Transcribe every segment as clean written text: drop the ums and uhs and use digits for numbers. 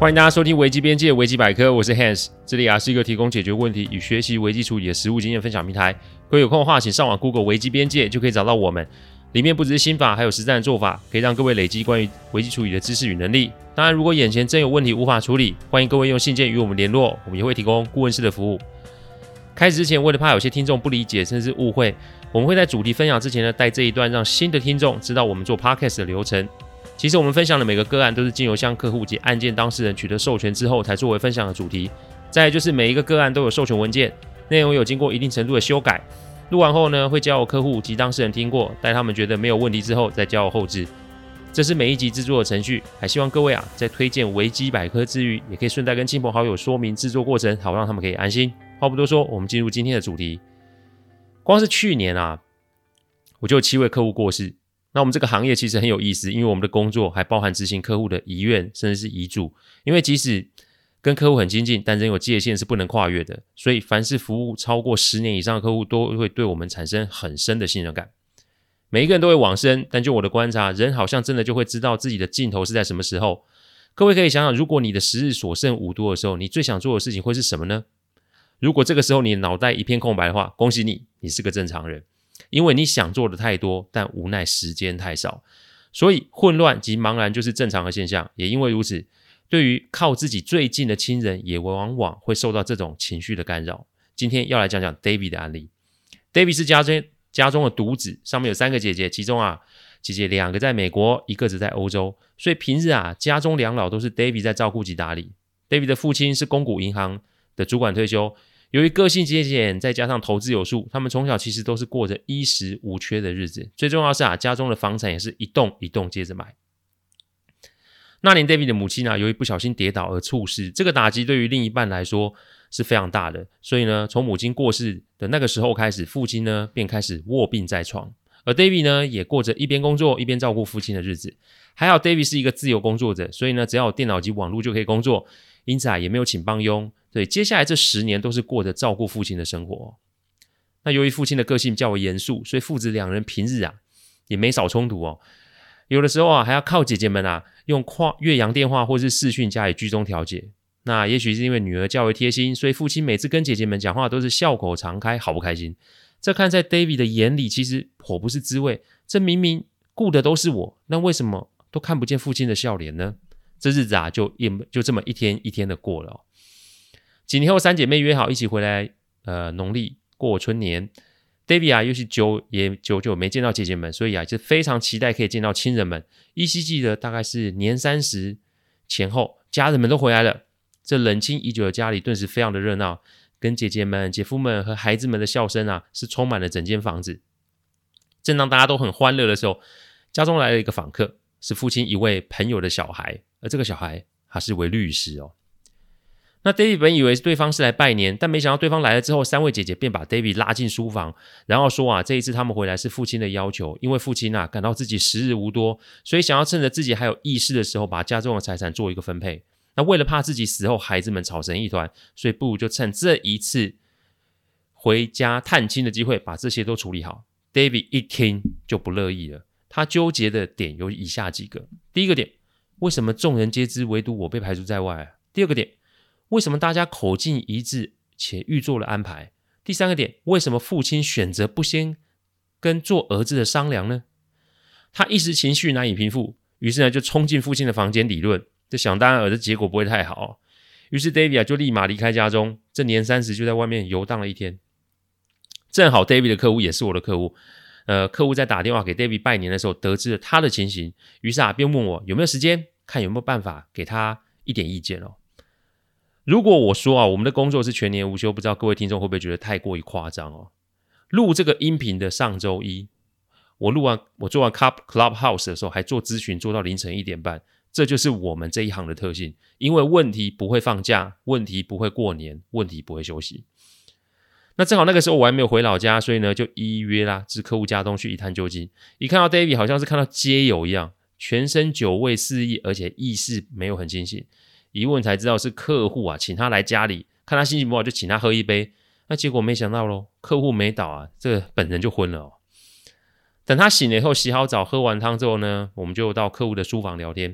欢迎大家收听危机边界危机百科，我是 Hans， 这里是一个提供解决问题与学习危机处理的实务经验分享平台。各位有空的话，请上网 Google 危机边界就可以找到我们，里面不只是心法，还有实战的做法，可以让各位累积关于危机处理的知识与能力。当然，如果眼前真有问题无法处理，欢迎各位用信件与我们联络，我们也会提供顾问式的服务。开始之前，为了怕有些听众不理解甚至误会，我们会在主题分享之前呢，带这一段让新的听众知道我们做 Podcast 的流程。其实我们分享的每个个案都是经由向客户及案件当事人取得授权之后才作为分享的主题。再来就是每一个个案都有授权文件，内容有经过一定程度的修改。录完后呢，会交由客户及当事人听过，待他们觉得没有问题之后再交由后制。这是每一集制作的程序，还希望各位在推荐危机百科之余，也可以顺带跟亲朋好友说明制作过程，好让他们可以安心。话不多说，我们进入今天的主题。光是去年我就有7位客户过世。那我们这个行业其实很有意思，因为我们的工作还包含执行客户的遗愿甚至是遗嘱，因为即使跟客户很亲近，但仍有界限是不能跨越的，所以凡是服务超过10年以上的客户都会对我们产生很深的信任感。每一个人都会往生，但就我的观察，人好像真的就会知道自己的尽头是在什么时候。各位可以想想，如果你的时日所剩无多的时候，你最想做的事情会是什么呢？如果这个时候你的脑袋一片空白的话，恭喜你，你是个正常人。因为你想做的太多，但无奈时间太少，所以混乱及茫然就是正常的现象。也因为如此，对于靠自己最近的亲人，也往往会受到这种情绪的干扰。今天要来讲讲 David 的案例。David 是家中的独子，上面有3个姐姐，其中姐姐2个在美国，一个只在欧洲，所以平日家中2老都是 David 在照顾及打理。David 的父亲是公股银行的主管退休，由于个性节俭，再加上投资有术，他们从小其实都是过着衣食无缺的日子。最重要的是家中的房产也是一栋一栋接着买。那年 David 的母亲由于不小心跌倒而猝逝，这个打击对于另一半来说是非常大的。所以呢，从母亲过世的那个时候开始，父亲呢便开始卧病在床，而 David 呢也过着一边工作一边照顾父亲的日子。还好 David 是一个自由工作者，所以呢只要有电脑及网络就可以工作，因此也没有请帮佣。所以接下来这10年都是过着照顾父亲的生活。那由于父亲的个性较为严肃，所以父子2人平日也没少冲突有的时候还要靠姐姐们用越洋电话或是视讯加以居中调解。那也许是因为女儿较为贴心，所以父亲每次跟姐姐们讲话都是笑口常开，好不开心。这看在 David 的眼里，其实颇不是滋味。这明明顾的都是我，那为什么都看不见父亲的笑脸呢？这日子就这么一天一天的过了几年后，3姐妹约好一起回来农历过春年。David 又是久久没见到姐姐们，所以就非常期待可以见到亲人们。依稀记得大概是年30前后，家人们都回来了。这冷清已久的家里顿时非常的热闹，跟姐姐们、姐夫们和孩子们的笑声是充满了整间房子。正当大家都很欢乐的时候，家中来了一个访客，是父亲一位朋友的小孩，而这个小孩他是位律师那 David 本以为对方是来拜年，但没想到对方来了之后，3位姐姐便把 David 拉进书房，然后说这一次他们回来是父亲的要求，因为父亲感到自己时日无多，所以想要趁着自己还有意识的时候，把家中的财产做一个分配。那为了怕自己死后孩子们吵成一团，所以不如就趁这一次回家探亲的机会，把这些都处理好。David 一听就不乐意了，他纠结的点有以下几个。第一个点，为什么众人皆知，唯独我被排除在外第二个点，为什么大家口径一致且预做了安排？第三个点，为什么父亲选择不先跟做儿子的商量呢？他一时情绪难以平复，于是就冲进父亲的房间理论。这想当然尔的结果不会太好于是 David 就立马离开家中，这年30就在外面游荡了一天。正好 David 的客户也是我的客户，客户在打电话给 David 拜年的时候得知了他的情形，于是便问我有没有时间，看有没有办法给他一点意见如果我说我们的工作是全年无休，不知道各位听众会不会觉得太过于夸张录这个音频的上周一，我做完 Clubhouse 的时候还做咨询，做到凌晨1点半。这就是我们这一行的特性，因为问题不会放假，问题不会过年，问题不会休息。那正好那个时候我还没有回老家，所以呢就一一约至客户家中去一探究竟。一看到 David 好像是看到街友一样，全身酒味四溢，而且意识没有很清醒。一问才知道是客户请他来家里，看他心情不好就请他喝一杯。那结果没想到客户没倒这个本人就昏了等他醒了以后洗好澡喝完汤之后呢，我们就到客户的书房聊天。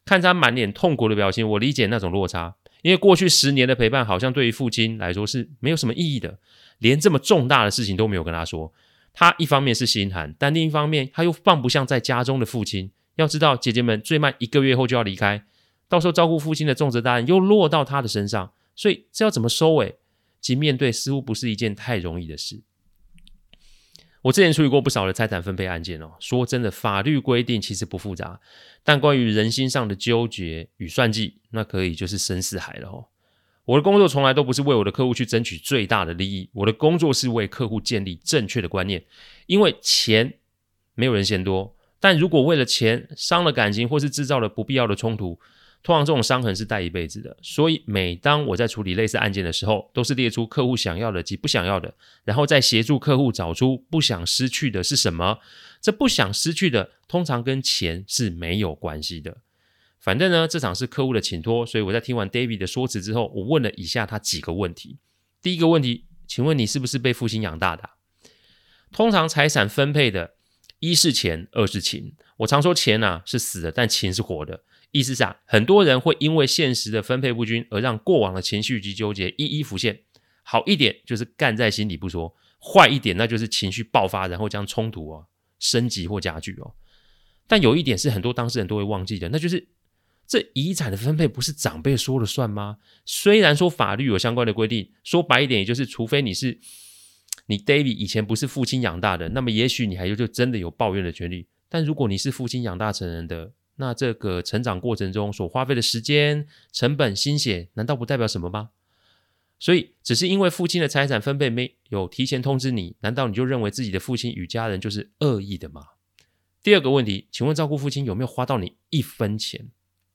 看他满脸痛苦的表情，我理解那种落差，因为过去10年的陪伴好像对于父亲来说是没有什么意义的，连这么重大的事情都没有跟他说。他一方面是心寒，但另一方面他又放不下在家中的父亲。要知道姐姐们最慢1个月后就要离开，到时候照顾父亲的重责大任又落到他的身上，所以这要怎么收尾及面对似乎不是一件太容易的事。我之前处理过不少的财产分配案件说真的，法律规定其实不复杂，但关于人心上的纠结与算计，那可以就是深似海了我的工作从来都不是为我的客户去争取最大的利益，我的工作是为客户建立正确的观念。因为钱没有人嫌多，但如果为了钱伤了感情或是制造了不必要的冲突，通常这种伤痕是带一辈子的。所以每当我在处理类似案件的时候，都是列出客户想要的及不想要的，然后再协助客户找出不想失去的是什么。这不想失去的通常跟钱是没有关系的。反正呢，这场是客户的请托，所以我在听完 David 的说辞之后，我问了以下他几个问题。第一个问题，请问你是不是被父亲养大的通常财产分配的一是钱，二是情。我常说钱是死的，但情是活的。意思是很多人会因为现实的分配不均而让过往的情绪及纠结一一浮现。好一点就是干在心里不说，坏一点那就是情绪爆发，然后将冲突升级或加剧但有一点是很多当事人都会忘记的，那就是这遗产的分配不是长辈说了算吗？虽然说法律有相关的规定，说白一点也就是除非你 David 以前不是父亲养大的，那么也许你还就真的有抱怨的权利。但如果你是父亲养大成人的，那这个成长过程中所花费的时间、成本、心血，难道不代表什么吗？所以只是因为父亲的财产分配没有提前通知你，难道你就认为自己的父亲与家人就是恶意的吗？第二个问题，请问照顾父亲有没有花到你1分钱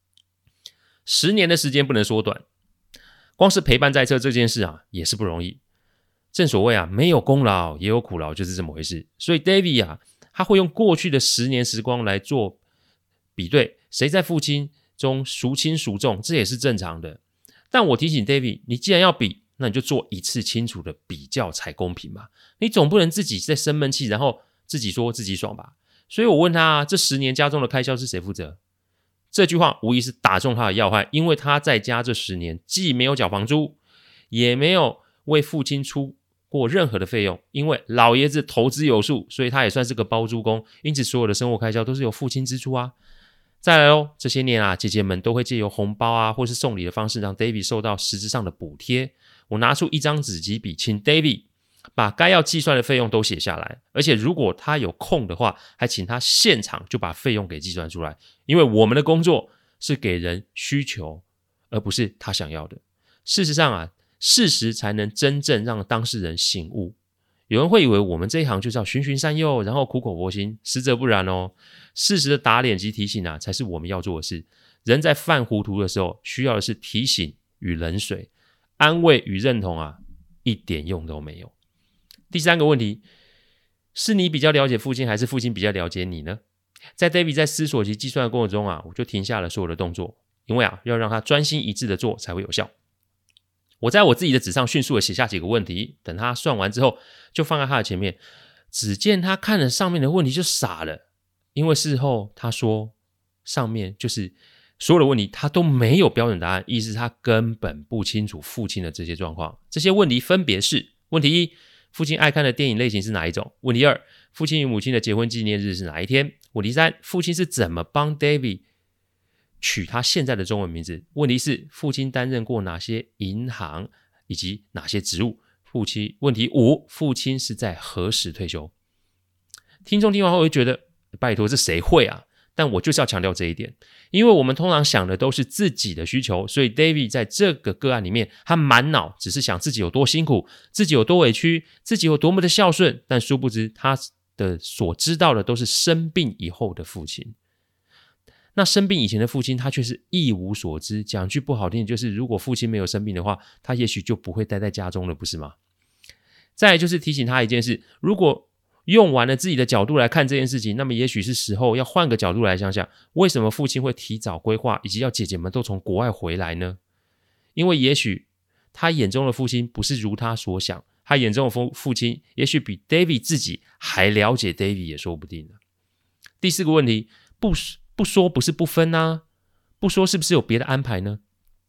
？10年的时间不能缩短，光是陪伴在侧这件事也是不容易。正所谓没有功劳也有苦劳，就是这么回事。所以 David 他会用过去的10年时光来做比对，谁在父亲中孰轻孰重，这也是正常的。但我提醒 David， 你既然要比，那你就做一次清楚的比较才公平嘛。你总不能自己在生闷气，然后自己说自己爽吧。所以我问他这10年家中的开销是谁负责？这句话无疑是打中他的要害，因为他在家这10年既没有缴房租，也没有为父亲出过任何的费用。因为老爷子投资有术，所以他也算是个包租公，因此所有的生活开销都是由父亲支出再来这些年姐姐们都会借由红包或是送礼的方式让 David 受到实质上的补贴。我拿出一张纸及笔，请 David 把该要计算的费用都写下来，而且如果他有空的话，还请他现场就把费用给计算出来。因为我们的工作是给人需求，而不是他想要的。事实上事实才能真正让当事人醒悟。有人会以为我们这一行就是要循循善诱，然后苦口婆心，实则不然事实的打脸及提醒才是我们要做的事。人在犯糊涂的时候，需要的是提醒与冷水，安慰与认同一点用都没有。第三个问题，是你比较了解父亲，还是父亲比较了解你呢？在 David 在思索及计算的过程中我就停下了所有的动作，因为要让他专心一致的做才会有效。我在我自己的纸上迅速的写下几个问题，等他算完之后就放在他的前面。只见他看了上面的问题就傻了，因为事后他说上面就是所有的问题他都没有标准答案，意思是他根本不清楚父亲的这些状况。这些问题分别是：问题1，父亲爱看的电影类型是哪一种？问题2，父亲与母亲的结婚纪念日是哪一天？问题3，父亲是怎么帮 David 取他现在的中文名字？问题4，父亲担任过哪些银行以及哪些职务？问题5，父亲是在何时退休？听众听完后会觉得拜托这谁会但我就是要强调这一点，因为我们通常想的都是自己的需求，所以 David 在这个个案里面，他满脑只是想自己有多辛苦，自己有多委屈，自己有多么的孝顺，但殊不知他的所知道的都是生病以后的父亲。那生病以前的父亲他却是一无所知，讲句不好听的就是如果父亲没有生病的话，他也许就不会待在家中了，不是吗？再来就是提醒他一件事，如果用完了自己的角度来看这件事情，那么也许是时候要换个角度来想想，为什么父亲会提早规划，以及要姐姐们都从国外回来呢？因为也许他眼中的父亲不是如他所想，他眼中的父亲也许比 David 自己还了解 David 也说不定。第4个问题，不说不是不分不说是不是有别的安排呢？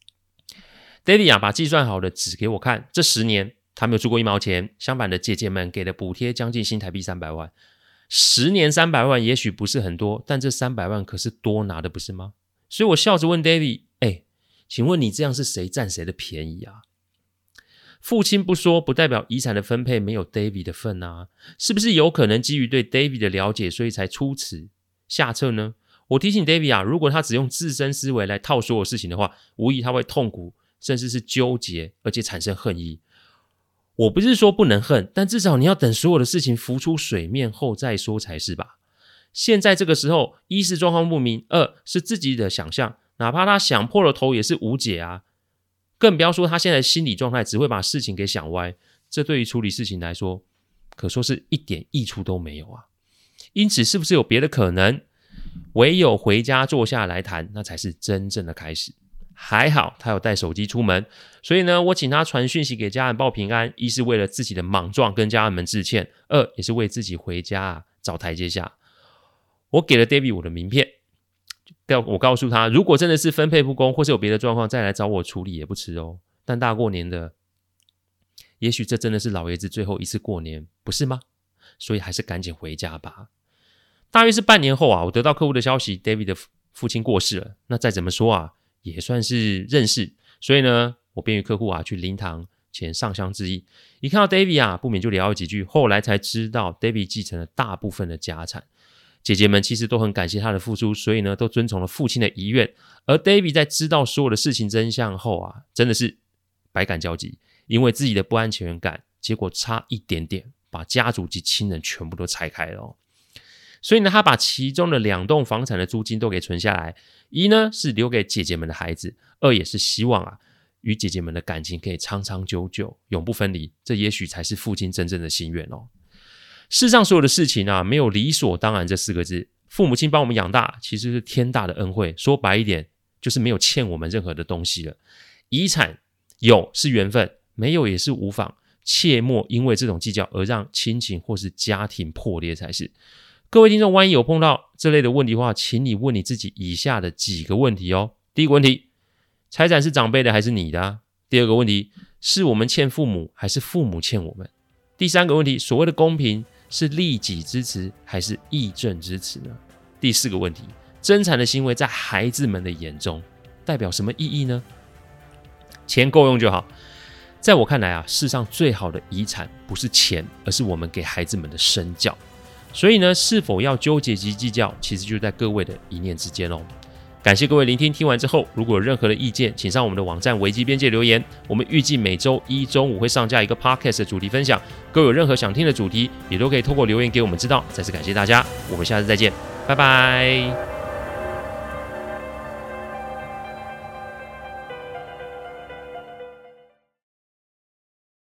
David 啊，把计算好的纸给我看，这10年他没有出过1毛钱，相反的姐姐们给的补贴将近新台币300万，10年300万也许不是很多，但这300万可是多拿的不是吗？所以我笑着问 David， 请问你这样是谁占谁的便宜啊？父亲不说，不代表遗产的分配没有 David 的份啊，是不是有可能基于对 David 的了解，所以才出此下策呢？我提醒 David 啊，如果他只用自身思维来套所有事情的话，无疑他会痛苦，甚至是纠结，而且产生恨意。我不是说不能恨，但至少你要等所有的事情浮出水面后再说才是吧。现在这个时候，一是状况不明，二是自己的想象，哪怕他想破了头也是无解啊。更不要说他现在的心理状态只会把事情给想歪，这对于处理事情来说，可说是一点益处都没有啊。因此，是不是有别的可能？唯有回家坐下来谈，那才是真正的开始。还好他有带手机出门，所以呢，我请他传讯息给家人报平安，一是为了自己的莽撞跟家人们致歉，二也是为自己回家找台阶下。我给了 David 我的名片，我告诉他，如果真的是分配不公或是有别的状况，再来找我处理也不迟哦。但大过年的，也许这真的是老爷子最后一次过年，不是吗？所以还是赶紧回家吧。大约是半年后啊，我得到客户的消息 ，David 的父亲过世了。那再怎么说啊，也算是认识，所以呢，我便与客户啊去灵堂前上香致意。一看到 David 啊，不免就聊了几句。后来才知道 ，David 继承了大部分的家产。姐姐们其实都很感谢他的付出，所以呢，都遵从了父亲的遗愿。而 David 在知道所有的事情真相后啊，真的是百感交集，因为自己的不安全感，结果差一点点把家族及亲人全部都拆开了哦。所以呢，他把其中的2栋房产的租金都给存下来，一呢是留给姐姐们的孩子，二也是希望啊与姐姐们的感情可以长长久久，永不分离。这也许才是父亲真正的心愿哦。世上所有的事情啊，没有理所当然这4个字。父母亲帮我们养大，其实是天大的恩惠。说白一点，就是没有欠我们任何的东西了。遗产有是缘分，没有也是无妨。切莫因为这种计较而让亲情或是家庭破裂才是。各位听众，万一有碰到这类的问题的话，请你问你自己以下的几个问题哦。第一个问题，财产是长辈的还是你的啊？第二个问题，是我们欠父母还是父母欠我们？第三个问题，所谓的公平是利己之词还是义正之词呢？第4个问题，争产的行为在孩子们的眼中代表什么意义呢？钱够用就好。在我看来啊，世上最好的遗产不是钱，而是我们给孩子们的身教。所以呢，是否要纠结及计较，其实就在各位的一念之间哦。感谢各位聆听，听完之后，如果有任何的意见，请上我们的网站危机边界留言。我们预计每周1、周5会上架一个 podcast 的主题分享，各位有任何想听的主题，也都可以透过留言给我们知道。再次感谢大家，我们下次再见，拜拜。